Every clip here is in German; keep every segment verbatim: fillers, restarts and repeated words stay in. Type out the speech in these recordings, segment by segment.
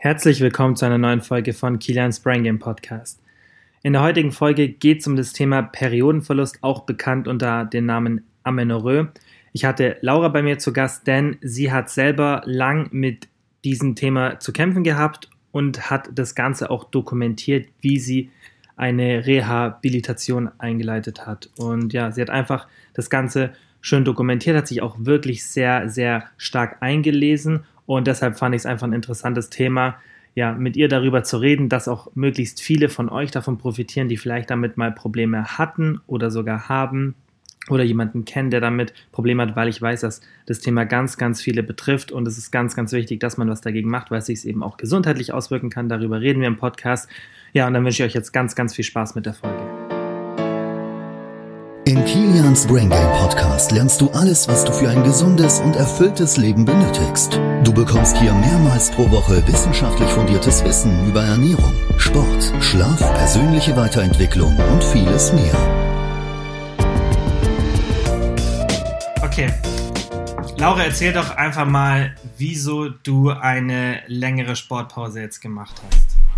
Herzlich willkommen zu einer neuen Folge von Kilians Brain Game Podcast. In der heutigen Folge geht es um das Thema Periodenverlust, auch bekannt unter dem Namen Amenorrhoe. Ich hatte Laura bei mir zu Gast, denn sie hat selber lang mit diesem Thema zu kämpfen gehabt und hat das Ganze auch dokumentiert, wie sie eine Rehabilitation eingeleitet hat. Und ja, sie hat einfach das Ganze schön dokumentiert, hat sich auch wirklich sehr, sehr stark eingelesen. Und deshalb fand ich es einfach ein interessantes Thema, ja, mit ihr darüber zu reden, dass auch möglichst viele von euch davon profitieren, die vielleicht damit mal Probleme hatten oder sogar haben oder jemanden kennen, der damit Probleme hat, weil ich weiß, dass das Thema ganz, ganz viele betrifft und es ist ganz, ganz wichtig, dass man was dagegen macht, weil es sich eben auch gesundheitlich auswirken kann. Darüber reden wir im Podcast. Ja, und dann wünsche ich euch jetzt ganz, ganz viel Spaß mit der Folge. In Kilians Brain Game Podcast lernst du alles, was du für ein gesundes und erfülltes Leben benötigst. Du bekommst hier mehrmals pro Woche wissenschaftlich fundiertes Wissen über Ernährung, Sport, Schlaf, persönliche Weiterentwicklung und vieles mehr. Okay, Laura, erzähl doch einfach mal, wieso du eine längere Sportpause jetzt gemacht hast.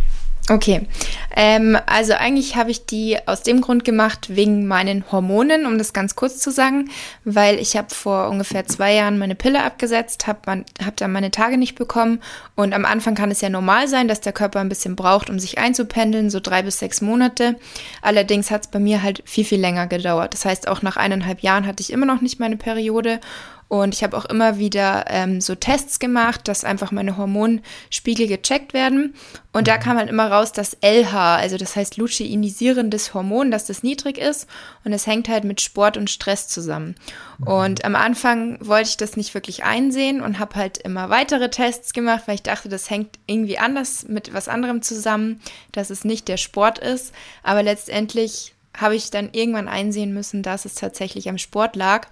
Okay, ähm, also eigentlich habe ich die aus dem Grund gemacht, wegen meinen Hormonen, um das ganz kurz zu sagen, weil ich habe vor ungefähr zwei Jahren meine Pille abgesetzt, habe hab dann meine Tage nicht bekommen und am Anfang kann es ja normal sein, dass der Körper ein bisschen braucht, um sich einzupendeln, so drei bis sechs Monate. Allerdings hat es bei mir halt viel, viel länger gedauert. Das heißt, auch nach eineinhalb Jahren hatte ich immer noch nicht meine Periode. Und ich habe auch immer wieder ähm, so Tests gemacht, dass einfach meine Hormonspiegel gecheckt werden. Und da kam halt immer raus, dass L H, also das heißt luteinisierendes Hormon, dass das niedrig ist. Und es hängt halt mit Sport und Stress zusammen. Mhm. Und am Anfang wollte ich das nicht wirklich einsehen und habe halt immer weitere Tests gemacht, weil ich dachte, das hängt irgendwie anders mit was anderem zusammen, dass es nicht der Sport ist. Aber letztendlich habe ich dann irgendwann einsehen müssen, dass es tatsächlich am Sport lag.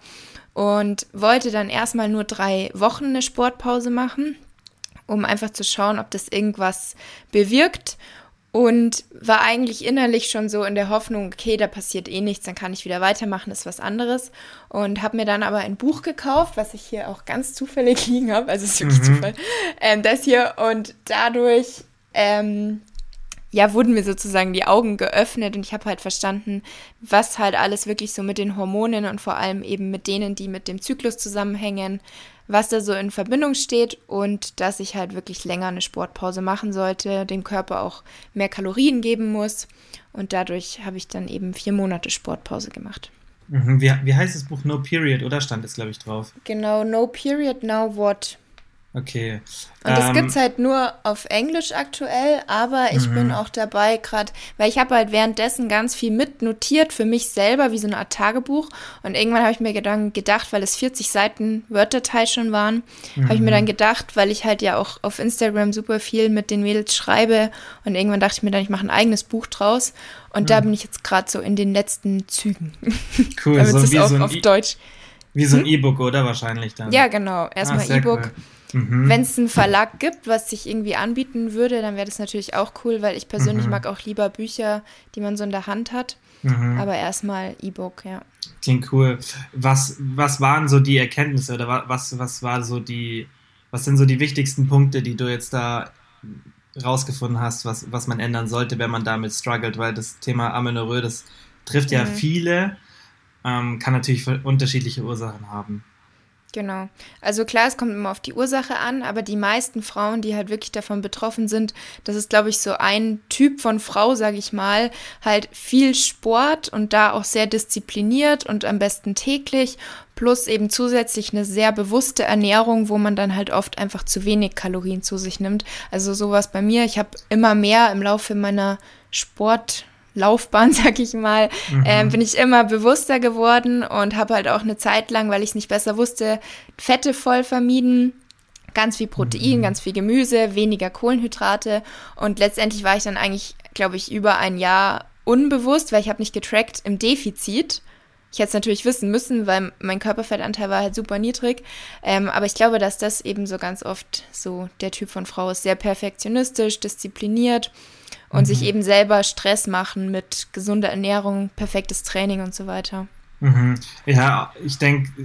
Und wollte dann erstmal nur drei Wochen eine Sportpause machen, um einfach zu schauen, ob das irgendwas bewirkt. Und war eigentlich innerlich schon so in der Hoffnung, okay, da passiert eh nichts, dann kann ich wieder weitermachen, ist was anderes. Und habe mir dann aber ein Buch gekauft, was ich hier auch ganz zufällig liegen habe, also ist wirklich mhm. Zufall, ähm, das hier. Und dadurch ähm, ja, wurden mir sozusagen die Augen geöffnet und ich habe halt verstanden, was halt alles wirklich so mit den Hormonen und vor allem eben mit denen, die mit dem Zyklus zusammenhängen, was da so in Verbindung steht und dass ich halt wirklich länger eine Sportpause machen sollte, dem Körper auch mehr Kalorien geben muss und dadurch habe ich dann eben vier Monate Sportpause gemacht. Mhm. Wie, wie heißt das Buch? No Period, oder? Stand es, glaube ich, drauf. Genau, No Period, Now What? Okay. Und das ähm, gibt's halt nur auf Englisch aktuell, aber ich mhm. bin auch dabei gerade, weil ich habe halt währenddessen ganz viel mitnotiert für mich selber, wie so eine Art Tagebuch. Und irgendwann habe ich mir dann gedacht, weil es vierzig Seiten Word-Datei schon waren, mhm. habe ich mir dann gedacht, weil ich halt ja auch auf Instagram super viel mit den Mädels schreibe und irgendwann dachte ich mir dann, ich mache ein eigenes Buch draus. Und mhm. da bin ich jetzt gerade so in den letzten Zügen. Cool, damit so es wie auch so ein auf I- Deutsch. Wie so ein hm? E-Book, oder? Wahrscheinlich dann. Ja, genau. Erstmal ah, E-Book. Cool. Mhm. Wenn es einen Verlag gibt, was sich irgendwie anbieten würde, dann wäre das natürlich auch cool, weil ich persönlich mhm. mag auch lieber Bücher, die man so in der Hand hat. Mhm. Aber erstmal E-Book, ja. Klingt cool. Was, was waren so die Erkenntnisse oder was, was war so die, was sind so die wichtigsten Punkte, die du jetzt da rausgefunden hast, was, was man ändern sollte, wenn man damit struggelt? Weil das Thema Amenorrhoe, das trifft ja mhm. viele, ähm, kann natürlich unterschiedliche Ursachen haben. Genau. Also klar, es kommt immer auf die Ursache an, aber die meisten Frauen, die halt wirklich davon betroffen sind, das ist, glaube ich, so ein Typ von Frau, sage ich mal, halt viel Sport und da auch sehr diszipliniert und am besten täglich, plus eben zusätzlich eine sehr bewusste Ernährung, wo man dann halt oft einfach zu wenig Kalorien zu sich nimmt. Also sowas bei mir. Ich habe immer mehr im Laufe meiner Sport Laufbahn, sag ich mal, mhm. ähm, bin ich immer bewusster geworden und habe halt auch eine Zeit lang, weil ich es nicht besser wusste, Fette voll vermieden, ganz viel Protein, mhm. ganz viel Gemüse, weniger Kohlenhydrate und letztendlich war ich dann eigentlich, glaube ich, über ein Jahr unbewusst, weil ich habe nicht getrackt, im Defizit. Ich hätte es natürlich wissen müssen, weil mein Körperfettanteil war halt super niedrig, ähm, aber ich glaube, dass das eben so ganz oft so der Typ von Frau ist, sehr perfektionistisch, diszipliniert und mhm. sich eben selber Stress machen mit gesunder Ernährung, perfektes Training und so weiter. Mhm. Ja, ich denke,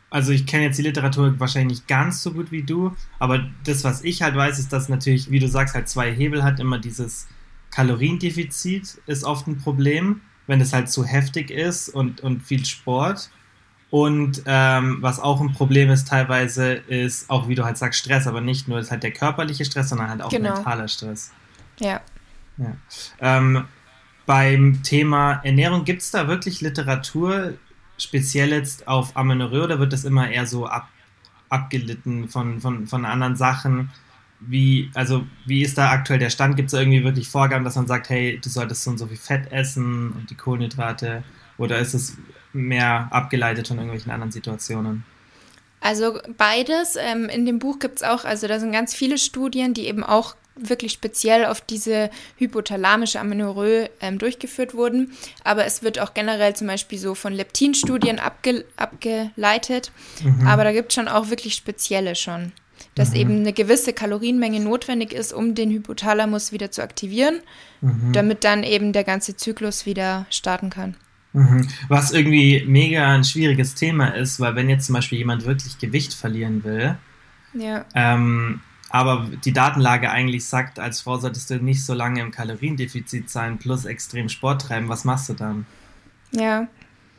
also ich kenne jetzt die Literatur wahrscheinlich nicht ganz so gut wie du, aber das, was ich halt weiß, ist, dass natürlich, wie du sagst, halt zwei Hebel hat. Immer dieses Kaloriendefizit ist oft ein Problem, wenn es halt zu heftig ist und, und viel Sport. Und ähm, was auch ein Problem ist teilweise, ist auch, wie du halt sagst, Stress, aber nicht nur ist halt der körperliche Stress, sondern halt auch Genau. mentaler Stress. Ja. Ja. Ähm, beim Thema Ernährung, gibt es da wirklich Literatur, speziell jetzt auf Amenorrhoe, oder wird das immer eher so ab, abgelitten von, von, von anderen Sachen? Wie, also, wie ist da aktuell der Stand? Gibt es da irgendwie wirklich Vorgaben, dass man sagt, hey, du solltest so und so viel Fett essen und die Kohlenhydrate? Oder ist es mehr abgeleitet von irgendwelchen anderen Situationen? Also beides. Ähm, in dem Buch gibt es auch, also da sind ganz viele Studien, die eben auch wirklich speziell auf diese hypothalamische Amenorrhoe ähm, durchgeführt wurden. Aber es wird auch generell zum Beispiel so von Leptinstudien abge- abgeleitet. Mhm. Aber da gibt es schon auch wirklich spezielle schon. Dass mhm. eben eine gewisse Kalorienmenge notwendig ist, um den Hypothalamus wieder zu aktivieren, mhm. damit dann eben der ganze Zyklus wieder starten kann. Mhm. Was irgendwie mega ein schwieriges Thema ist, weil wenn jetzt zum Beispiel jemand wirklich Gewicht verlieren will, ja. ähm, aber die Datenlage eigentlich sagt, als Frau solltest du nicht so lange im Kaloriendefizit sein, plus extrem Sport treiben, was machst du dann? Ja,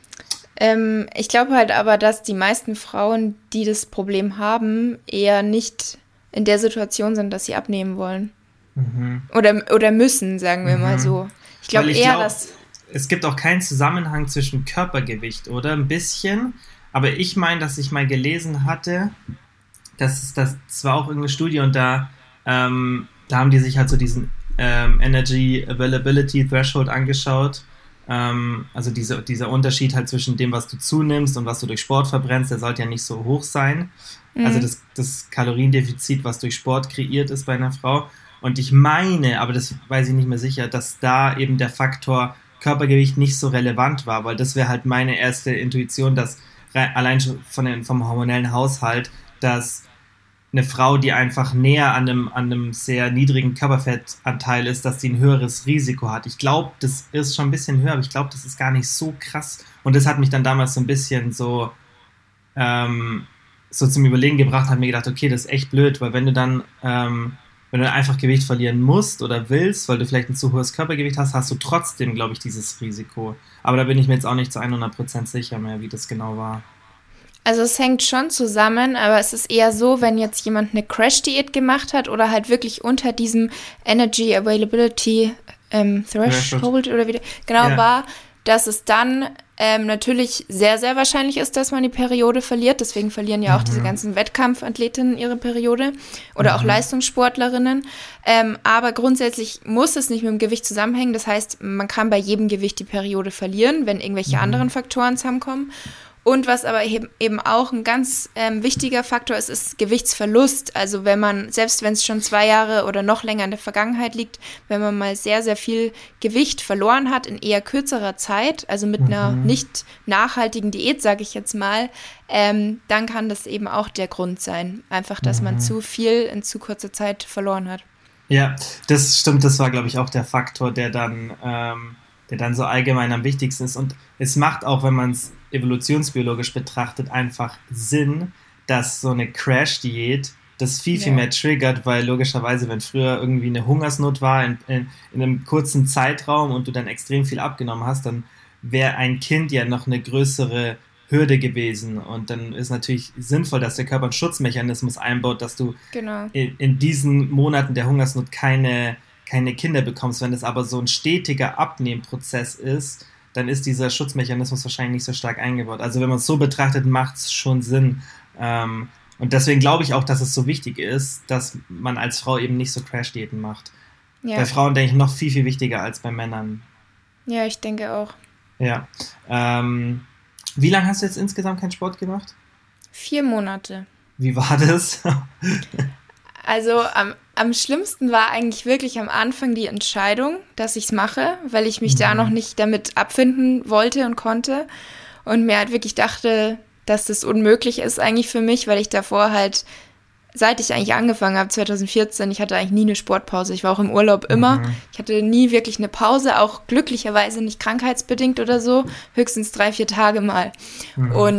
ähm, ich glaube halt aber, dass die meisten Frauen, die das Problem haben, eher nicht in der Situation sind, dass sie abnehmen wollen. Mhm. Oder, oder müssen, sagen wir mhm. mal so. Ich glaube eher, glaub, dass... Es gibt auch keinen Zusammenhang zwischen Körpergewicht, oder? Ein bisschen. Aber ich meine, dass ich mal gelesen hatte, das, ist, das, das war auch irgendeine Studie und da, ähm, da haben die sich halt so diesen ähm, Energy Availability Threshold angeschaut. Ähm, also diese, dieser Unterschied halt zwischen dem, was du zunimmst und was du durch Sport verbrennst, der sollte ja nicht so hoch sein. Mhm. Also das, das Kaloriendefizit, was durch Sport kreiert ist bei einer Frau. Und ich meine, aber das weiß ich nicht mehr sicher, dass da eben der Faktor Körpergewicht nicht so relevant war, weil das wäre halt meine erste Intuition, dass re- allein schon von den, vom hormonellen Haushalt, dass eine Frau, die einfach näher an einem, an einem sehr niedrigen Körperfettanteil ist, dass die ein höheres Risiko hat. Ich glaube, das ist schon ein bisschen höher, aber ich glaube, das ist gar nicht so krass. Und das hat mich dann damals so ein bisschen so, ähm, so zum Überlegen gebracht, hat mir gedacht, okay, das ist echt blöd, weil wenn du dann ähm, wenn du einfach Gewicht verlieren musst oder willst, weil du vielleicht ein zu hohes Körpergewicht hast, hast du trotzdem, glaube ich, dieses Risiko. Aber da bin ich mir jetzt auch nicht zu hundert Prozent sicher mehr, wie das genau war. Also es hängt schon zusammen, aber es ist eher so, wenn jetzt jemand eine Crash-Diät gemacht hat oder halt wirklich unter diesem Energy Availability ähm, Threshold oder wie genau ja. war, dass es dann ähm, natürlich sehr, sehr wahrscheinlich ist, dass man die Periode verliert. Deswegen verlieren ja auch mhm. diese ganzen Wettkampfathletinnen ihre Periode oder mhm. auch Leistungssportlerinnen. Ähm, aber grundsätzlich muss es nicht mit dem Gewicht zusammenhängen. Das heißt, man kann bei jedem Gewicht die Periode verlieren, wenn irgendwelche mhm. anderen Faktoren zusammenkommen. Und was aber eben auch ein ganz ähm, wichtiger Faktor ist, ist Gewichtsverlust. Also wenn man, selbst wenn es schon zwei Jahre oder noch länger in der Vergangenheit liegt, wenn man mal sehr, sehr viel Gewicht verloren hat in eher kürzerer Zeit, also mit mhm. einer nicht nachhaltigen Diät, sage ich jetzt mal, ähm, dann kann das eben auch der Grund sein. Einfach, dass mhm. man zu viel in zu kurzer Zeit verloren hat. Ja, das stimmt. Das war, glaube ich, auch der Faktor, der dann... Ähm der dann so allgemein am wichtigsten ist. Und es macht auch, wenn man es evolutionsbiologisch betrachtet, einfach Sinn, dass so eine Crash-Diät das viel, viel ja. mehr triggert, weil logischerweise, wenn früher irgendwie eine Hungersnot war in, in, in einem kurzen Zeitraum und du dann extrem viel abgenommen hast, dann wäre ein Kind ja noch eine größere Hürde gewesen. Und dann ist natürlich sinnvoll, dass der Körper einen Schutzmechanismus einbaut, dass du genau. in, in diesen Monaten der Hungersnot keine keine Kinder bekommst. Wenn es aber so ein stetiger Abnehmprozess ist, dann ist dieser Schutzmechanismus wahrscheinlich nicht so stark eingebaut. Also wenn man es so betrachtet, macht es schon Sinn. Ähm, und deswegen glaube ich auch, dass es so wichtig ist, dass man als Frau eben nicht so Crash-Diäten macht. Ja. Bei Frauen denke ich noch viel, viel wichtiger als bei Männern. Ja, ich denke auch. Ja. Ähm, wie lange hast du jetzt insgesamt keinen Sport gemacht? Vier Monate. Wie war das? Also am, am schlimmsten war eigentlich wirklich am Anfang die Entscheidung, dass ich es mache, weil ich mich mhm. da noch nicht damit abfinden wollte und konnte und mir halt wirklich dachte, dass das unmöglich ist eigentlich für mich, weil ich davor halt, seit ich eigentlich angefangen habe, zwanzig vierzehn, ich hatte eigentlich nie eine Sportpause. Ich war auch im Urlaub immer. Mhm. Ich hatte nie wirklich eine Pause, auch glücklicherweise nicht krankheitsbedingt oder so, höchstens drei, vier Tage mal. Mhm. Und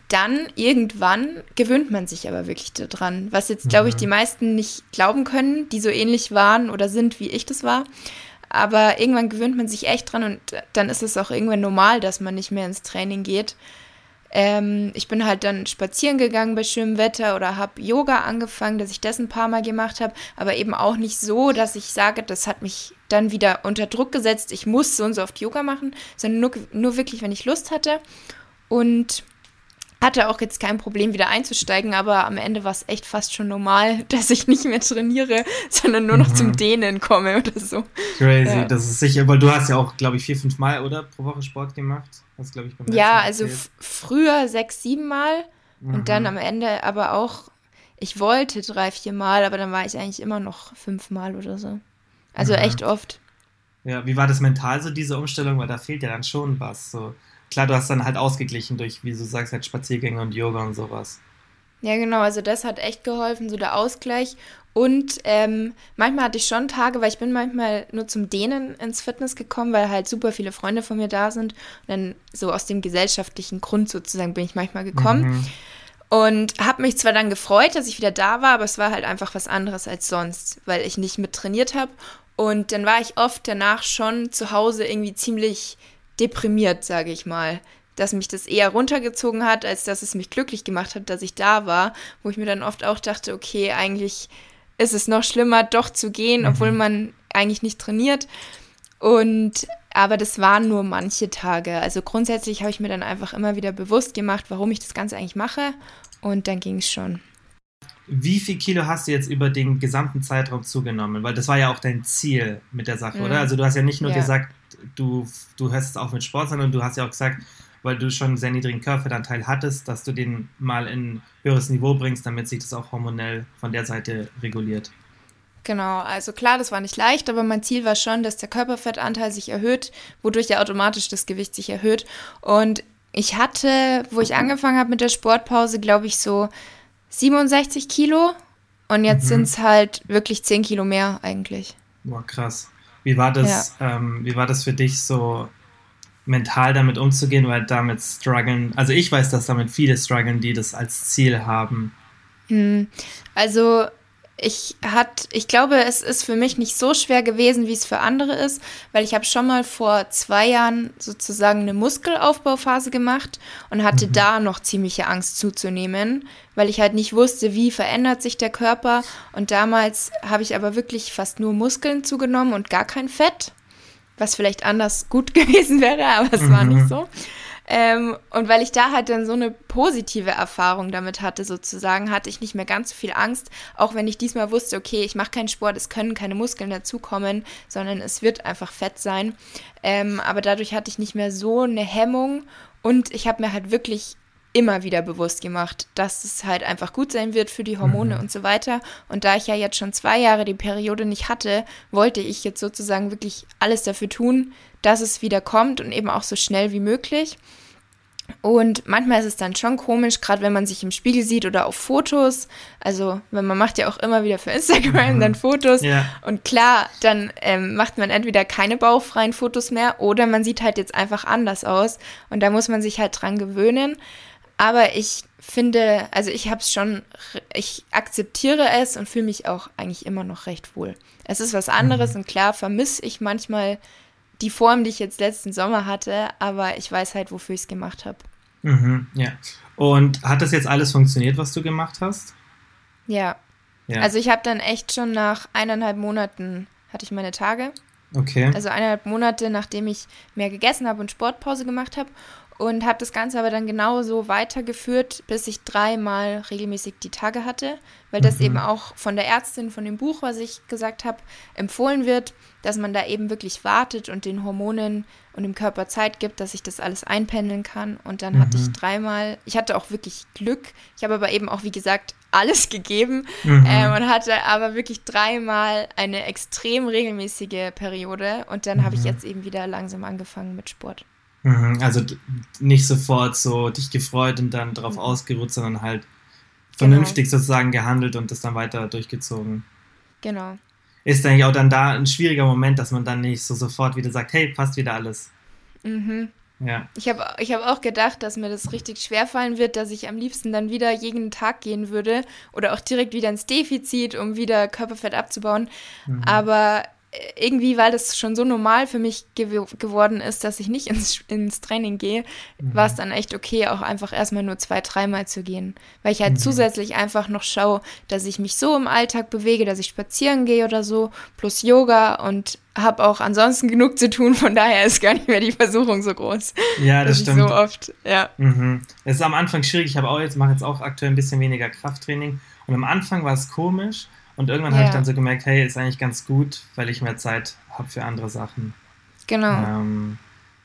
dann irgendwann gewöhnt man sich aber wirklich daran, was jetzt, glaube ich, die meisten nicht glauben können, die so ähnlich waren oder sind, wie ich das war. Aber irgendwann gewöhnt man sich echt dran und dann ist es auch irgendwann normal, dass man nicht mehr ins Training geht. Ähm, ich bin halt dann spazieren gegangen bei schönem Wetter oder habe Yoga angefangen, dass ich das ein paar Mal gemacht habe, aber eben auch nicht so, dass ich sage, das hat mich dann wieder unter Druck gesetzt, ich muss so und so oft Yoga machen, sondern nur, nur wirklich, wenn ich Lust hatte. Und hatte auch jetzt kein Problem, wieder einzusteigen, aber am Ende war es echt fast schon normal, dass ich nicht mehr trainiere, sondern nur noch mhm. zum Dehnen komme oder so. Crazy, ja. Das ist sicher, weil du hast ja auch, glaube ich, vier, fünf Mal, oder, pro Woche Sport gemacht? Das glaube ich beim Ja, also f- früher sechs, sieben Mal mhm. und dann am Ende aber auch, ich wollte drei, vier Mal, aber dann war ich eigentlich immer noch fünf Mal oder so. Also mhm. echt oft. Ja, wie war das mental so, diese Umstellung? Weil da fehlt ja dann schon was, so. Klar, du hast dann halt ausgeglichen durch, wie du sagst, halt Spaziergänge und Yoga und sowas. Ja, genau, also das hat echt geholfen, so der Ausgleich. Und ähm, manchmal hatte ich schon Tage, weil ich bin manchmal nur zum Dehnen ins Fitness gekommen, weil halt super viele Freunde von mir da sind. Und dann so aus dem gesellschaftlichen Grund sozusagen bin ich manchmal gekommen. Mhm. Und habe mich zwar dann gefreut, dass ich wieder da war, aber es war halt einfach was anderes als sonst, weil ich nicht mit trainiert habe. Und dann war ich oft danach schon zu Hause irgendwie ziemlich deprimiert, sage ich mal, dass mich das eher runtergezogen hat, als dass es mich glücklich gemacht hat, dass ich da war, wo ich mir dann oft auch dachte, okay, eigentlich ist es noch schlimmer, doch zu gehen, mhm. obwohl man eigentlich nicht trainiert. Und aber das waren nur manche Tage. Also grundsätzlich habe ich mir dann einfach immer wieder bewusst gemacht, warum ich das Ganze eigentlich mache, und dann ging es schon. Wie viel Kilo hast du jetzt über den gesamten Zeitraum zugenommen? Weil das war ja auch dein Ziel mit der Sache, mhm. oder? Also du hast ja nicht nur ja. gesagt, du, du hörst jetzt auf mit Sport, sondern du hast ja auch gesagt, weil du schon einen sehr niedrigen Körperfettanteil hattest, dass du den mal in ein höheres Niveau bringst, damit sich das auch hormonell von der Seite reguliert. Genau, also klar, das war nicht leicht, aber mein Ziel war schon, dass der Körperfettanteil sich erhöht, wodurch ja automatisch das Gewicht sich erhöht. Und ich hatte, wo ich angefangen habe mit der Sportpause, glaube ich so siebenundsechzig Kilo, und jetzt mhm. sind es halt wirklich zehn Kilo mehr eigentlich. Boah, krass. Wie war das, ja. ähm, wie war das für dich so mental damit umzugehen, weil damit strugglen, also ich weiß, dass damit viele strugglen, die das als Ziel haben. Hm. Also ich hat, ich glaube, es ist für mich nicht so schwer gewesen, wie es für andere ist, weil ich habe schon mal vor zwei Jahren sozusagen eine Muskelaufbauphase gemacht und hatte mhm. da noch ziemliche Angst zuzunehmen, weil ich halt nicht wusste, wie verändert sich der Körper, und damals habe ich aber wirklich fast nur Muskeln zugenommen und gar kein Fett, was vielleicht anders gut gewesen wäre, aber es mhm. war nicht so. Ähm, und weil ich da halt dann so eine positive Erfahrung damit hatte sozusagen, hatte ich nicht mehr ganz so viel Angst, auch wenn ich diesmal wusste, okay, ich mache keinen Sport, es können keine Muskeln dazukommen, sondern es wird einfach Fett sein. Ähm, aber dadurch hatte ich nicht mehr so eine Hemmung, und ich habe mir halt wirklich immer wieder bewusst gemacht, dass es halt einfach gut sein wird für die Hormone mhm. und so weiter. Und da ich ja jetzt schon zwei Jahre die Periode nicht hatte, wollte ich jetzt sozusagen wirklich alles dafür tun, dass es wieder kommt, und eben auch so schnell wie möglich. Und manchmal ist es dann schon komisch, gerade wenn man sich im Spiegel sieht oder auf Fotos. Also, wenn man macht ja auch immer wieder für Instagram mhm. dann Fotos. Ja. Und klar, dann ähm, macht man entweder keine bauchfreien Fotos mehr oder man sieht halt jetzt einfach anders aus. Und da muss man sich halt dran gewöhnen. Aber ich finde, also ich habe es schon, ich akzeptiere es und fühle mich auch eigentlich immer noch recht wohl. Es ist was anderes mhm. und klar vermisse ich manchmal die Form, die ich jetzt letzten Sommer hatte, aber ich weiß halt, wofür ich es gemacht habe. Mhm, ja. Und hat das jetzt alles funktioniert, was du gemacht hast? Ja. ja. Also ich habe dann echt schon nach eineinhalb Monaten hatte ich meine Tage. Okay. Also eineinhalb Monate, nachdem ich mehr gegessen habe und Sportpause gemacht habe. Und habe das Ganze aber dann genauso weitergeführt, bis ich dreimal regelmäßig die Tage hatte, weil das mhm. eben auch von der Ärztin, von dem Buch, was ich gesagt habe, empfohlen wird, dass man da eben wirklich wartet und den Hormonen und dem Körper Zeit gibt, dass sich das alles einpendeln kann. Und dann mhm. hatte ich dreimal, ich hatte auch wirklich Glück, ich habe aber eben auch, wie gesagt, alles gegeben mhm. ähm, und hatte aber wirklich dreimal eine extrem regelmäßige Periode, und dann mhm. habe ich jetzt eben wieder langsam angefangen mit Sport. Also nicht sofort so dich gefreut und dann drauf mhm. ausgeruht, sondern halt vernünftig genau. sozusagen gehandelt und das dann weiter durchgezogen. Genau. Ist eigentlich auch dann da ein schwieriger Moment, dass man dann nicht so sofort wieder sagt, hey, passt wieder alles. Mhm. Ja. Ich habe ich hab auch gedacht, dass mir das richtig schwerfallen wird, dass ich am liebsten dann wieder jeden Tag gehen würde oder auch direkt wieder ins Defizit, um wieder Körperfett abzubauen. Mhm. Aber irgendwie, weil das schon so normal für mich gew- geworden ist, dass ich nicht ins, ins Training gehe, mhm. war es dann echt okay, auch einfach erstmal nur zwei, dreimal zu gehen. Weil ich halt mhm. zusätzlich einfach noch schaue, dass ich mich so im Alltag bewege, dass ich spazieren gehe oder so, plus Yoga und habe auch ansonsten genug zu tun, von daher ist gar nicht mehr die Versuchung so groß. Ja, das stimmt. So oft, ja. Mhm. Es ist am Anfang schwierig, ich habe auch jetzt, mache jetzt auch aktuell ein bisschen weniger Krafttraining und am Anfang war es komisch. Und irgendwann ja. habe ich dann so gemerkt, hey, ist eigentlich ganz gut, weil ich mehr Zeit habe für andere Sachen. Genau. Ähm,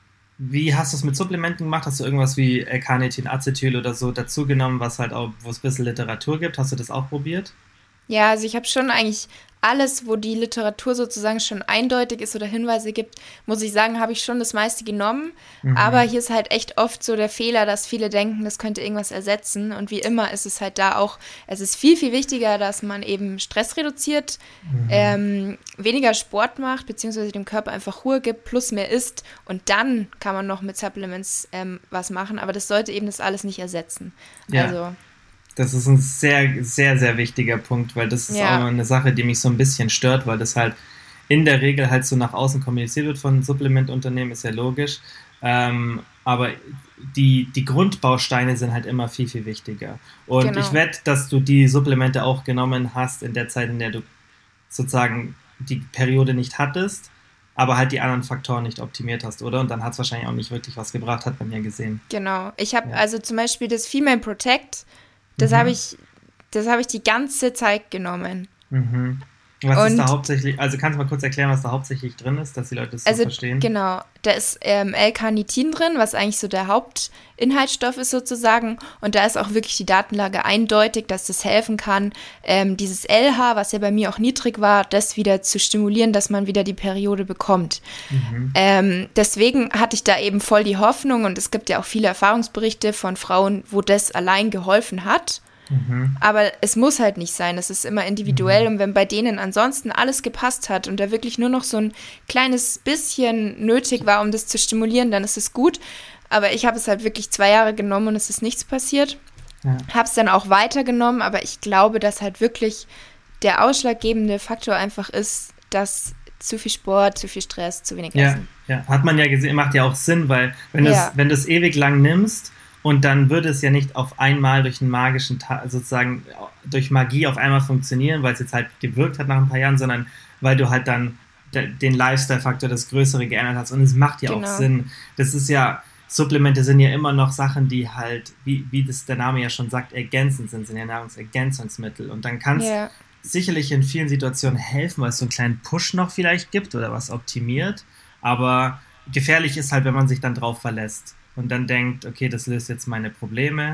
wie hast du es mit Supplementen gemacht? Hast du irgendwas wie L-Carnitin, Acetyl oder so dazugenommen, was halt auch, wo es ein bisschen Literatur gibt? Hast du das auch probiert? Ja, also ich habe schon eigentlich alles, wo die Literatur sozusagen schon eindeutig ist oder Hinweise gibt, muss ich sagen, habe ich schon das meiste genommen. Mhm. Aber hier ist halt echt oft so der Fehler, dass viele denken, das könnte irgendwas ersetzen. Und wie immer ist es halt da auch, es ist viel, viel wichtiger, dass man eben Stress reduziert, mhm. ähm, weniger Sport macht, beziehungsweise dem Körper einfach Ruhe gibt, plus mehr isst. Und dann kann man noch mit Supplements ähm, was machen. Aber das sollte eben das alles nicht ersetzen. Ja. Also das ist ein sehr, sehr, sehr wichtiger Punkt, weil das ist ja. auch eine Sache, die mich so ein bisschen stört, weil das halt in der Regel halt so nach außen kommuniziert wird von Supplementunternehmen, ist ja logisch. Ähm, aber die, die Grundbausteine sind halt immer viel, viel wichtiger. Und genau. ich wette, dass du die Supplemente auch genommen hast in der Zeit, in der du sozusagen die Periode nicht hattest, aber halt die anderen Faktoren nicht optimiert hast, oder? Und dann hat es wahrscheinlich auch nicht wirklich was gebracht, hat man ja gesehen. Genau. Ich habe ja. also zum Beispiel das Female Protect, Das mhm. habe ich, das habe ich die ganze Zeit genommen. Mhm. Was und ist da hauptsächlich, also kannst du mal kurz erklären, was da hauptsächlich drin ist, dass die Leute das so also, verstehen? Genau, da ist ähm, L-Carnitin drin, was eigentlich so der Hauptinhaltsstoff ist sozusagen. Und da ist auch wirklich die Datenlage eindeutig, dass das helfen kann, ähm, dieses L H, was ja bei mir auch niedrig war, das wieder zu stimulieren, dass man wieder die Periode bekommt. Mhm. Ähm, deswegen hatte ich da eben voll die Hoffnung und es gibt ja auch viele Erfahrungsberichte von Frauen, wo das allein geholfen hat. Mhm. Aber es muss halt nicht sein, es ist immer individuell mhm. und wenn bei denen ansonsten alles gepasst hat und da wirklich nur noch so ein kleines bisschen nötig war, um das zu stimulieren, dann ist es gut. Aber ich habe es halt wirklich zwei Jahre genommen und es ist nichts passiert. Ja. Habe es dann auch weitergenommen, aber ich glaube, dass halt wirklich der ausschlaggebende Faktor einfach ist, dass zu viel Sport, zu viel Stress, zu wenig ja, Essen. Ja, hat man ja gesehen, macht ja auch Sinn, weil wenn du ja. es ewig lang nimmst, und dann würde es ja nicht auf einmal durch einen magischen, Ta- sozusagen durch Magie auf einmal funktionieren, weil es jetzt halt gewirkt hat nach ein paar Jahren, sondern weil du halt dann de- den Lifestyle-Faktor, das Größere geändert hast. Und es macht ja genau. auch Sinn. Das ist ja, Supplemente sind ja immer noch Sachen, die halt, wie, wie das der Name ja schon sagt, ergänzend sind, sind ja Nahrungsergänzungsmittel. Und dann kann es yeah. sicherlich in vielen Situationen helfen, weil es so einen kleinen Push noch vielleicht gibt oder was optimiert. Aber gefährlich ist halt, wenn man sich dann drauf verlässt. Und dann denkt, okay, das löst jetzt meine Probleme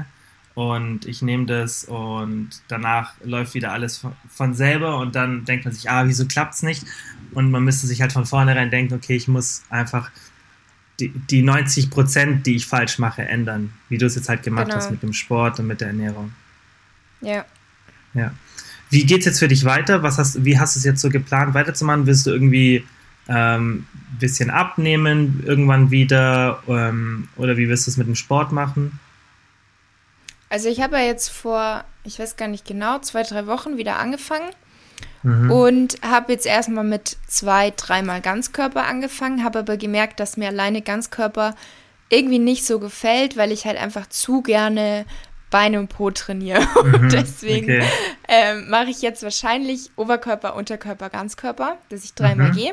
und ich nehme das und danach läuft wieder alles von, von selber und dann denkt man sich, ah, wieso klappt's nicht? Und man müsste sich halt von vornherein denken, okay, ich muss einfach die, die neunzig Prozent, die ich falsch mache, ändern, wie du es jetzt halt gemacht genau. hast mit dem Sport und mit der Ernährung. Ja. Ja. Wie geht's jetzt für dich weiter? Was hast, wie hast du es jetzt so geplant, weiterzumachen? Willst du irgendwie Ähm, bisschen abnehmen irgendwann wieder ähm, oder wie wirst du es mit dem Sport machen? Also ich habe ja jetzt vor, ich weiß gar nicht genau, zwei, drei Wochen wieder angefangen mhm. und habe jetzt erstmal mit zwei, dreimal Ganzkörper angefangen, habe aber gemerkt, dass mir alleine Ganzkörper irgendwie nicht so gefällt, weil ich halt einfach zu gerne Beine und Po trainiere. Mhm, und deswegen okay. ähm, mache ich jetzt wahrscheinlich Oberkörper, Unterkörper, Ganzkörper, dass ich dreimal mhm. gehe.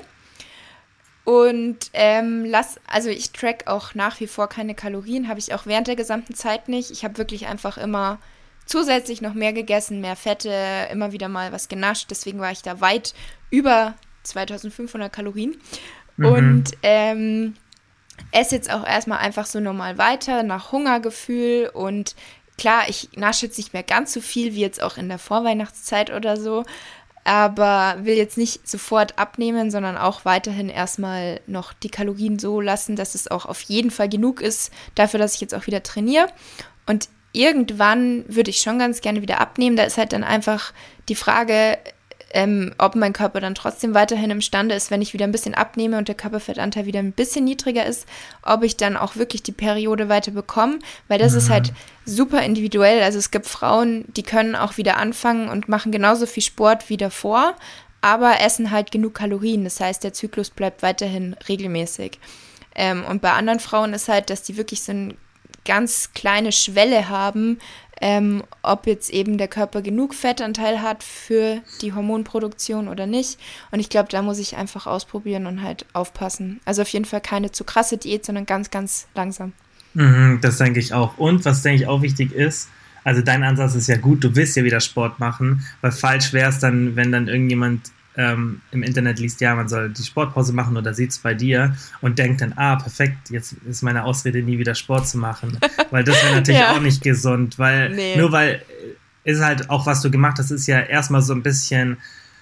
Und ähm, lass, also ich track auch nach wie vor keine Kalorien, habe ich auch während der gesamten Zeit nicht. Ich habe wirklich einfach immer zusätzlich noch mehr gegessen, mehr Fette, immer wieder mal was genascht. Deswegen war ich da weit über zweitausendfünfhundert Kalorien. Mhm. Und ähm, esse jetzt auch erstmal einfach so normal weiter, nach Hungergefühl. Und klar, ich nasche jetzt nicht mehr ganz so viel wie jetzt auch in der Vorweihnachtszeit oder so. Aber will jetzt nicht sofort abnehmen, sondern auch weiterhin erstmal noch die Kalorien so lassen, dass es auch auf jeden Fall genug ist dafür, dass ich jetzt auch wieder trainiere. Und irgendwann würde ich schon ganz gerne wieder abnehmen. Da ist halt dann einfach die Frage, ähm, ob mein Körper dann trotzdem weiterhin imstande ist, wenn ich wieder ein bisschen abnehme und der Körperfettanteil wieder ein bisschen niedriger ist, ob ich dann auch wirklich die Periode weiter bekomme, weil das mhm. ist halt super individuell. Also es gibt Frauen, die können auch wieder anfangen und machen genauso viel Sport wie davor, aber essen halt genug Kalorien. Das heißt, der Zyklus bleibt weiterhin regelmäßig. Ähm, und bei anderen Frauen ist halt, dass die wirklich so eine ganz kleine Schwelle haben, ähm, ob jetzt eben der Körper genug Fettanteil hat für die Hormonproduktion oder nicht. Und ich glaube, da muss ich einfach ausprobieren und halt aufpassen. Also auf jeden Fall keine zu krasse Diät, sondern ganz, ganz langsam. Mhm, das denke ich auch. Und was, denke ich, auch wichtig ist, also dein Ansatz ist ja gut, du willst ja wieder Sport machen, weil falsch wäre es dann, wenn dann irgendjemand ähm, im Internet liest, ja, man soll die Sportpause machen oder sieht es bei dir und denkt dann, ah, perfekt, jetzt ist meine Ausrede, nie wieder Sport zu machen. Weil das wäre natürlich ja. auch nicht gesund, weil nee. nur weil, ist halt auch, was du gemacht hast, ist ja erstmal so ein bisschen,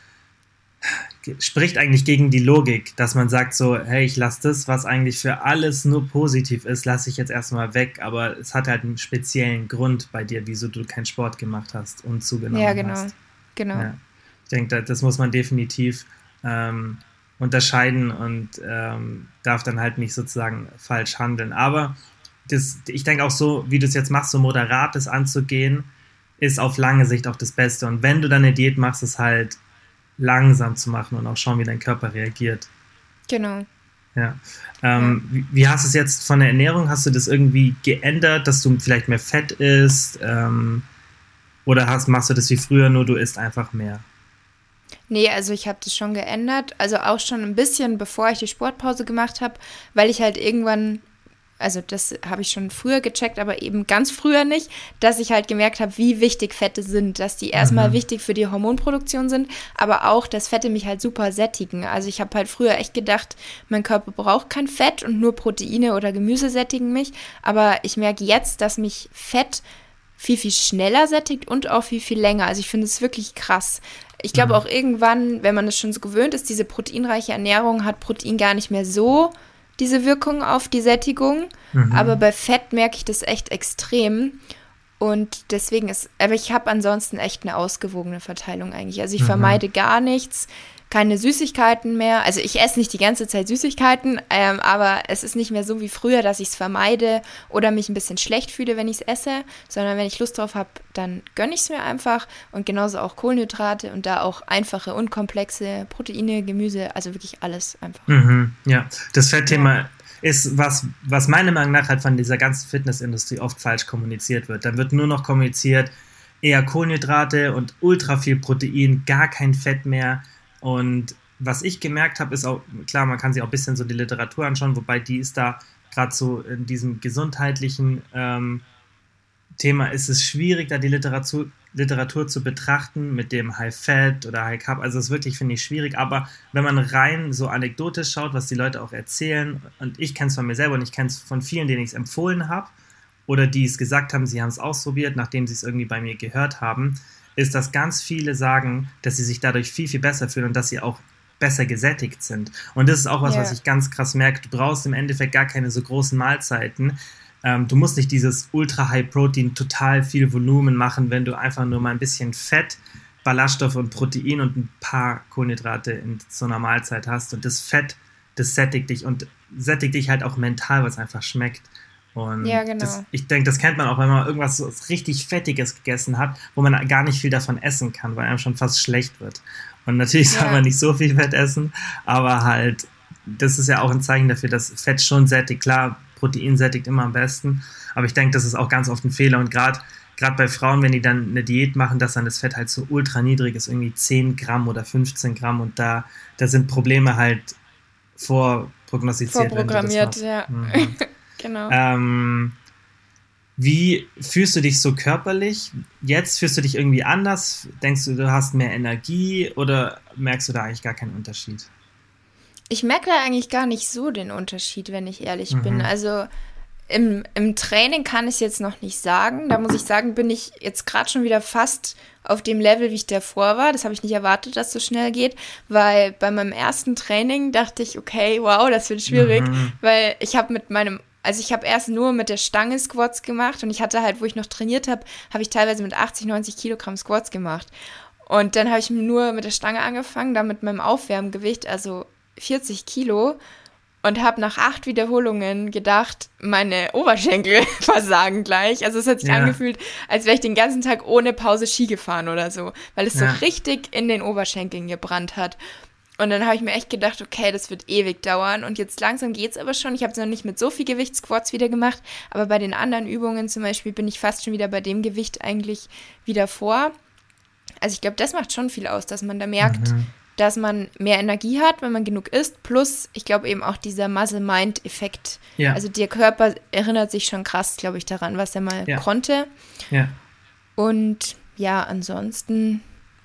spricht eigentlich gegen die Logik, dass man sagt so, hey, ich lasse das, was eigentlich für alles nur positiv ist, lasse ich jetzt erstmal weg, aber es hat halt einen speziellen Grund bei dir, wieso du keinen Sport gemacht hast und zugenommen ja, genau. hast. Genau. Ja. Ich denke, das muss man definitiv ähm, unterscheiden und ähm, darf dann halt nicht sozusagen falsch handeln. Aber das, ich denke auch so, wie du es jetzt machst, so moderat das anzugehen, ist auf lange Sicht auch das Beste. Und wenn du dann eine Diät machst, ist halt langsam zu machen und auch schauen, wie dein Körper reagiert. Genau. Ja. Ähm, ja. Wie, wie hast du es jetzt von der Ernährung? Hast du das irgendwie geändert, dass du vielleicht mehr Fett isst? Ähm, oder hast, machst du das wie früher, nur du isst einfach mehr? Nee, also ich habe das schon geändert, also auch schon ein bisschen, bevor ich die Sportpause gemacht habe, weil ich halt irgendwann, also das habe ich schon früher gecheckt, aber eben ganz früher nicht, dass ich halt gemerkt habe, wie wichtig Fette sind, dass die erstmal mhm. wichtig für die Hormonproduktion sind, aber auch, dass Fette mich halt super sättigen. Also ich habe halt früher echt gedacht, mein Körper braucht kein Fett und nur Proteine oder Gemüse sättigen mich, aber ich merke jetzt, dass mich Fett viel, viel schneller sättigt und auch viel, viel länger. Also ich finde es wirklich krass. Ich glaube auch irgendwann, wenn man es schon so gewöhnt ist, diese proteinreiche Ernährung hat Protein gar nicht mehr so diese Wirkung auf die Sättigung. Mhm. Aber bei Fett merke ich das echt extrem. Und deswegen ist, aber ich habe ansonsten echt eine ausgewogene Verteilung eigentlich. Also ich mhm. vermeide gar nichts, keine Süßigkeiten mehr. Also ich esse nicht die ganze Zeit Süßigkeiten, ähm, aber es ist nicht mehr so wie früher, dass ich es vermeide oder mich ein bisschen schlecht fühle, wenn ich es esse, sondern wenn ich Lust drauf habe, dann gönne ich es mir einfach. Und genauso auch Kohlenhydrate und da auch einfache und komplexe Proteine, Gemüse, also wirklich alles einfach. Mhm, ja, das Fettthema ja. ist was, was meiner Meinung nach halt von dieser ganzen Fitnessindustrie oft falsch kommuniziert wird. Dann wird nur noch kommuniziert, eher Kohlenhydrate und ultra viel Protein, gar kein Fett mehr. Und was ich gemerkt habe, ist auch, klar, man kann sich auch ein bisschen so die Literatur anschauen, wobei die ist da gerade so in diesem gesundheitlichen ähm, Thema ist es schwierig, da die Literatur, Literatur zu betrachten mit dem High Fat oder High Carb. Also das ist wirklich, finde ich, schwierig. Aber wenn man rein so anekdotisch schaut, was die Leute auch erzählen, und ich kenne es von mir selber und ich kenne es von vielen, denen ich es empfohlen habe oder die es gesagt haben, sie haben es ausprobiert, nachdem sie es irgendwie bei mir gehört haben, ist, dass ganz viele sagen, dass sie sich dadurch viel, viel besser fühlen und dass sie auch besser gesättigt sind. Und das ist auch was, yeah. was ich ganz krass merke. Du brauchst im Endeffekt gar keine so großen Mahlzeiten. Ähm, du musst nicht dieses Ultra-High-Protein, total viel Volumen machen, wenn du einfach nur mal ein bisschen Fett, Ballaststoffe und Protein und ein paar Kohlenhydrate in so einer Mahlzeit hast. Und das Fett, das sättigt dich und sättigt dich halt auch mental, weil es einfach schmeckt. Und ja, genau. das, ich denke, das kennt man auch, wenn man irgendwas so richtig Fettiges gegessen hat, wo man gar nicht viel davon essen kann, weil einem schon fast schlecht wird. Und natürlich soll ja. man nicht so viel Fett essen, aber halt, das ist ja auch ein Zeichen dafür, dass Fett schon sättigt. Klar, Protein sättigt immer am besten, aber ich denke, das ist auch ganz oft ein Fehler. Und gerade gerade bei Frauen, wenn die dann eine Diät machen, dass dann das Fett halt so ultra niedrig ist, irgendwie zehn Gramm oder fünfzehn Gramm und da, da sind Probleme halt vorprognostiziert. Vorprogrammiert, ja. Mhm. Genau. Ähm, wie fühlst du dich so körperlich? Jetzt fühlst du dich irgendwie anders? Denkst du, du hast mehr Energie oder merkst du da eigentlich gar keinen Unterschied? Ich merke da eigentlich gar nicht so den Unterschied, wenn ich ehrlich mhm. bin. Also im, im Training kann ich es jetzt noch nicht sagen. Da muss ich sagen, bin ich jetzt gerade schon wieder fast auf dem Level, wie ich davor war. Das habe ich nicht erwartet, dass es so schnell geht, weil bei meinem ersten Training dachte ich, okay, wow, das wird schwierig, mhm. weil ich habe mit meinem Also ich habe erst nur mit der Stange Squats gemacht und ich hatte halt, wo ich noch trainiert habe, habe ich teilweise mit achtzig, neunzig Kilogramm Squats gemacht. Und dann habe ich nur mit der Stange angefangen, dann mit meinem Aufwärmgewicht, also vierzig Kilo, und habe nach acht Wiederholungen gedacht, meine Oberschenkel versagen gleich. Also es hat sich ja. angefühlt, als wäre ich den ganzen Tag ohne Pause Ski gefahren oder so, weil es ja. so richtig in den Oberschenkeln gebrannt hat. Und dann habe ich mir echt gedacht, okay, das wird ewig dauern. Und jetzt langsam geht's aber schon. Ich habe es noch nicht mit so viel Gewichtsquats wieder gemacht, aber bei den anderen Übungen zum Beispiel bin ich fast schon wieder bei dem Gewicht eigentlich wieder vor. Also ich glaube, das macht schon viel aus, dass man da merkt, mhm. dass man mehr Energie hat, wenn man genug isst, plus ich glaube eben auch dieser Muscle-Mind-Effekt. Ja. Also der Körper erinnert sich schon krass, glaube ich, daran, was er mal ja. konnte. Ja. Und ja, ansonsten,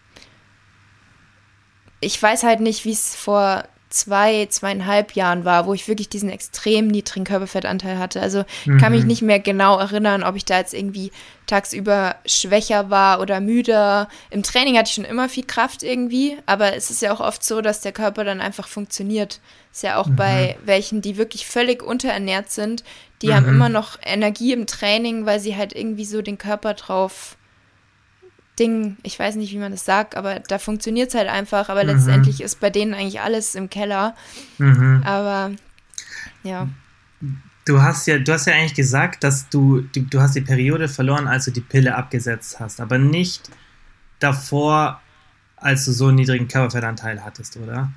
ich weiß halt nicht, wie es vor zwei, zweieinhalb Jahren war, wo ich wirklich diesen extrem niedrigen Körperfettanteil hatte. Also ich mhm. kann mich nicht mehr genau erinnern, ob ich da jetzt irgendwie tagsüber schwächer war oder müder. Im Training hatte ich schon immer viel Kraft irgendwie, aber es ist ja auch oft so, dass der Körper dann einfach funktioniert. Ist ja auch mhm. bei welchen, die wirklich völlig unterernährt sind, die mhm. haben immer noch Energie im Training, weil sie halt irgendwie so den Körper drauf Ding, ich weiß nicht, wie man das sagt, aber da funktioniert es halt einfach, aber mhm. letztendlich ist bei denen eigentlich alles im Keller. Mhm. Aber ja. Du hast ja, du hast ja eigentlich gesagt, dass du, du, du hast die Periode verloren, als du die Pille abgesetzt hast, aber nicht davor, als du so einen niedrigen Körperfettanteil hattest, oder?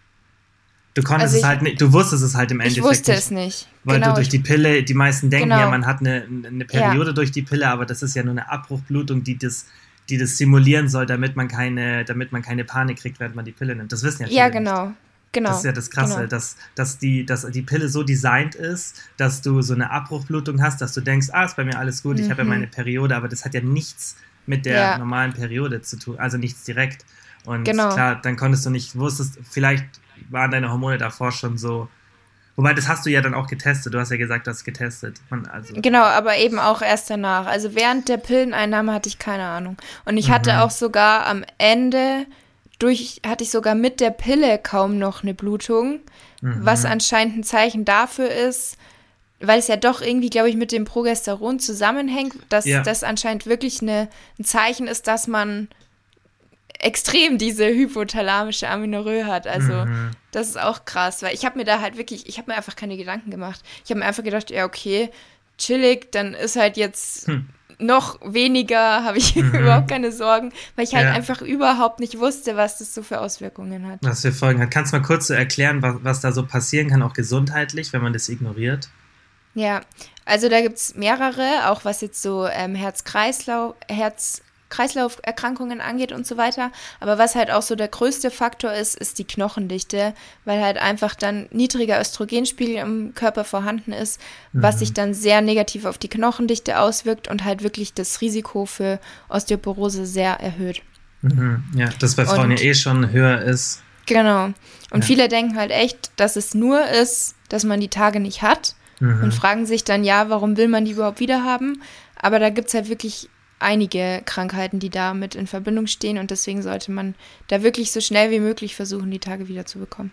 Du konntest also ich, es halt nicht, du wusstest es halt im Endeffekt nicht. Ich wusste nicht, es nicht. Weil genau. du durch die Pille, die meisten denken genau. ja, man hat eine, eine Periode ja. durch die Pille, aber das ist ja nur eine Abbruchblutung, die das die das simulieren soll, damit man keine, damit man keine Panik kriegt, während man die Pille nimmt. Das wissen ja viele Ja, genau. nicht. Genau. Das ist ja das Krasse, genau. dass, dass, die, dass die Pille so designt ist, dass du so eine Abbruchblutung hast, dass du denkst, ah, ist bei mir alles gut, mhm. ich habe ja meine Periode, aber das hat ja nichts mit der ja. normalen Periode zu tun, also nichts direkt. Und genau. klar, dann konntest du nicht, wusstest, vielleicht waren deine Hormone davor schon so. Wobei, das hast du ja dann auch getestet. Du hast ja gesagt, du hast getestet. Man, also genau, aber eben auch erst danach. Also während der Pilleneinnahme hatte ich keine Ahnung. Und ich mhm. hatte auch sogar am Ende, durch hatte ich sogar mit der Pille kaum noch eine Blutung, mhm. was anscheinend ein Zeichen dafür ist, weil es ja doch irgendwie, glaube ich, mit dem Progesteron zusammenhängt, dass ja. das anscheinend wirklich eine, ein Zeichen ist, dass man extrem diese hypothalamische Amenorrhoe hat. Also mhm. das ist auch krass, weil ich habe mir da halt wirklich, ich habe mir einfach keine Gedanken gemacht. Ich habe mir einfach gedacht, ja okay, chillig, dann ist halt jetzt hm. noch weniger, habe ich mhm. überhaupt keine Sorgen, weil ich halt ja. einfach überhaupt nicht wusste, was das so für Auswirkungen hat. Was für Folgen hat. Kannst du mal kurz so erklären, was, was da so passieren kann, auch gesundheitlich, wenn man das ignoriert? Ja, also da gibt es mehrere, auch was jetzt so ähm, Herz-Kreislauf, Herz Kreislauferkrankungen angeht und so weiter. Aber was halt auch so der größte Faktor ist, ist die Knochendichte, weil halt einfach dann niedriger Östrogenspiegel im Körper vorhanden ist, mhm. was sich dann sehr negativ auf die Knochendichte auswirkt und halt wirklich das Risiko für Osteoporose sehr erhöht. Mhm. Ja, das bei Frauen und, ja eh schon höher ist. Genau. Und ja. viele denken halt echt, dass es nur ist, dass man die Tage nicht hat mhm. und fragen sich dann, ja, warum will man die überhaupt wieder haben? Aber da gibt es halt wirklich einige Krankheiten, die damit in Verbindung stehen und deswegen sollte man da wirklich so schnell wie möglich versuchen, die Tage wieder zu bekommen.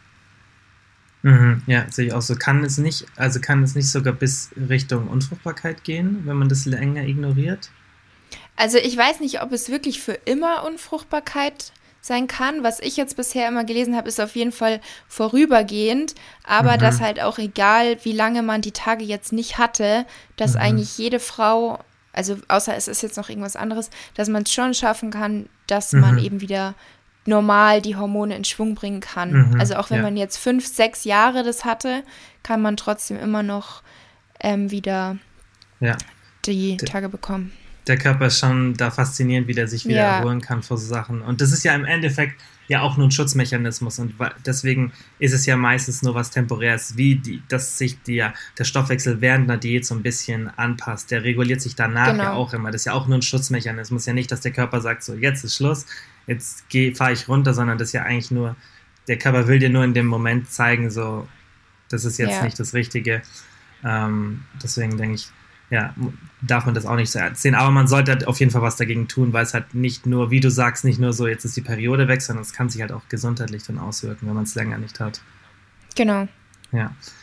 Mhm, ja, sehe ich auch so. Kann es nicht, also kann es nicht sogar bis Richtung Unfruchtbarkeit gehen, wenn man das länger ignoriert? Also ich weiß nicht, ob es wirklich für immer Unfruchtbarkeit sein kann. Was ich jetzt bisher immer gelesen habe, ist auf jeden Fall vorübergehend, aber mhm. dass halt auch egal, wie lange man die Tage jetzt nicht hatte, dass mhm. eigentlich jede Frau, also außer es ist jetzt noch irgendwas anderes, dass man es schon schaffen kann, dass mhm. man eben wieder normal die Hormone in Schwung bringen kann. Mhm, also auch wenn ja. man jetzt fünf, sechs Jahre das hatte, kann man trotzdem immer noch ähm, wieder ja. die der, Tage bekommen. Der Körper ist schon da faszinierend, wie der sich wieder ja. erholen kann vor so Sachen. Und das ist ja im Endeffekt ja auch nur ein Schutzmechanismus und deswegen ist es ja meistens nur was Temporäres, wie die, dass sich die, der Stoffwechsel während einer Diät so ein bisschen anpasst. Der reguliert sich danach genau. ja auch immer. Das ist ja auch nur ein Schutzmechanismus. Ja nicht, dass der Körper sagt, so jetzt ist Schluss, jetzt fahre ich runter, sondern das ist ja eigentlich nur, der Körper will dir nur in dem Moment zeigen, so, das ist jetzt ja. nicht das Richtige. Ähm, deswegen denke ich, ja, darf man das auch nicht so ernst sehen. Aber man sollte halt auf jeden Fall was dagegen tun, weil es halt nicht nur, wie du sagst, nicht nur so, jetzt ist die Periode weg, sondern es kann sich halt auch gesundheitlich dann auswirken, wenn man es länger nicht hat. Genau. Ja.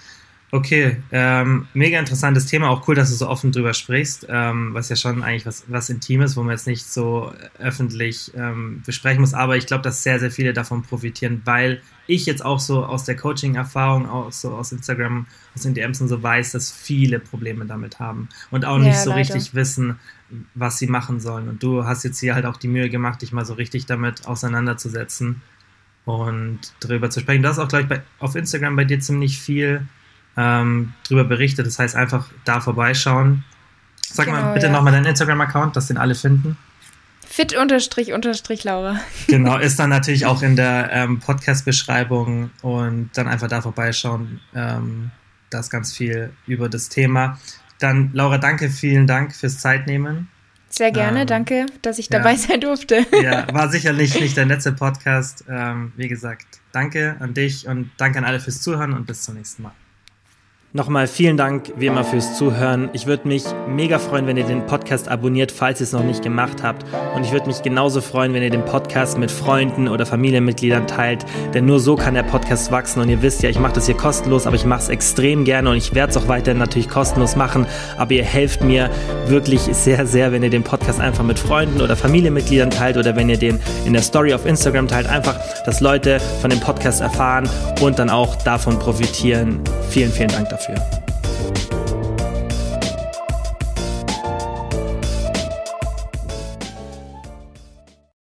Okay, ähm, mega interessantes Thema, auch cool, dass du so offen drüber sprichst, ähm, was ja schon eigentlich was, was Intimes, wo man jetzt nicht so öffentlich ähm, besprechen muss, aber ich glaube, dass sehr, sehr viele davon profitieren, weil ich jetzt auch so aus der Coaching-Erfahrung, auch so aus Instagram, aus den D Ms und so weiß, dass viele Probleme damit haben und auch nicht ja, so leider. richtig wissen, was sie machen sollen. Und du hast jetzt hier halt auch die Mühe gemacht, dich mal so richtig damit auseinanderzusetzen und drüber zu sprechen. Du hast auch, glaube ich, bei, auf Instagram bei dir ziemlich viel ähm, drüber berichtet. Das heißt, einfach da vorbeischauen. Sag genau, mal bitte ja. nochmal deinen Instagram-Account, dass den alle finden. Fit unterstrich unterstrich Laura. Genau, ist dann natürlich auch in der ähm, Podcast-Beschreibung und dann einfach da vorbeischauen. Ähm, da ist ganz viel über das Thema. Dann, Laura, danke, vielen Dank fürs Zeitnehmen. Sehr gerne, ähm, danke, dass ich dabei ja. sein durfte. Ja, war sicherlich nicht der letzte Podcast. Ähm, wie gesagt, danke an dich und danke an alle fürs Zuhören und bis zum nächsten Mal. Nochmal vielen Dank, wie immer, fürs Zuhören. Ich würde mich mega freuen, wenn ihr den Podcast abonniert, falls ihr es noch nicht gemacht habt. Und ich würde mich genauso freuen, wenn ihr den Podcast mit Freunden oder Familienmitgliedern teilt. Denn nur so kann der Podcast wachsen. Und ihr wisst ja, ich mache das hier kostenlos, aber ich mache es extrem gerne. Und ich werde es auch weiterhin natürlich kostenlos machen. Aber ihr helft mir wirklich sehr, sehr, wenn ihr den Podcast einfach mit Freunden oder Familienmitgliedern teilt. Oder wenn ihr den in der Story auf Instagram teilt. Einfach, dass Leute von dem Podcast erfahren und dann auch davon profitieren. Vielen, vielen Dank dafür.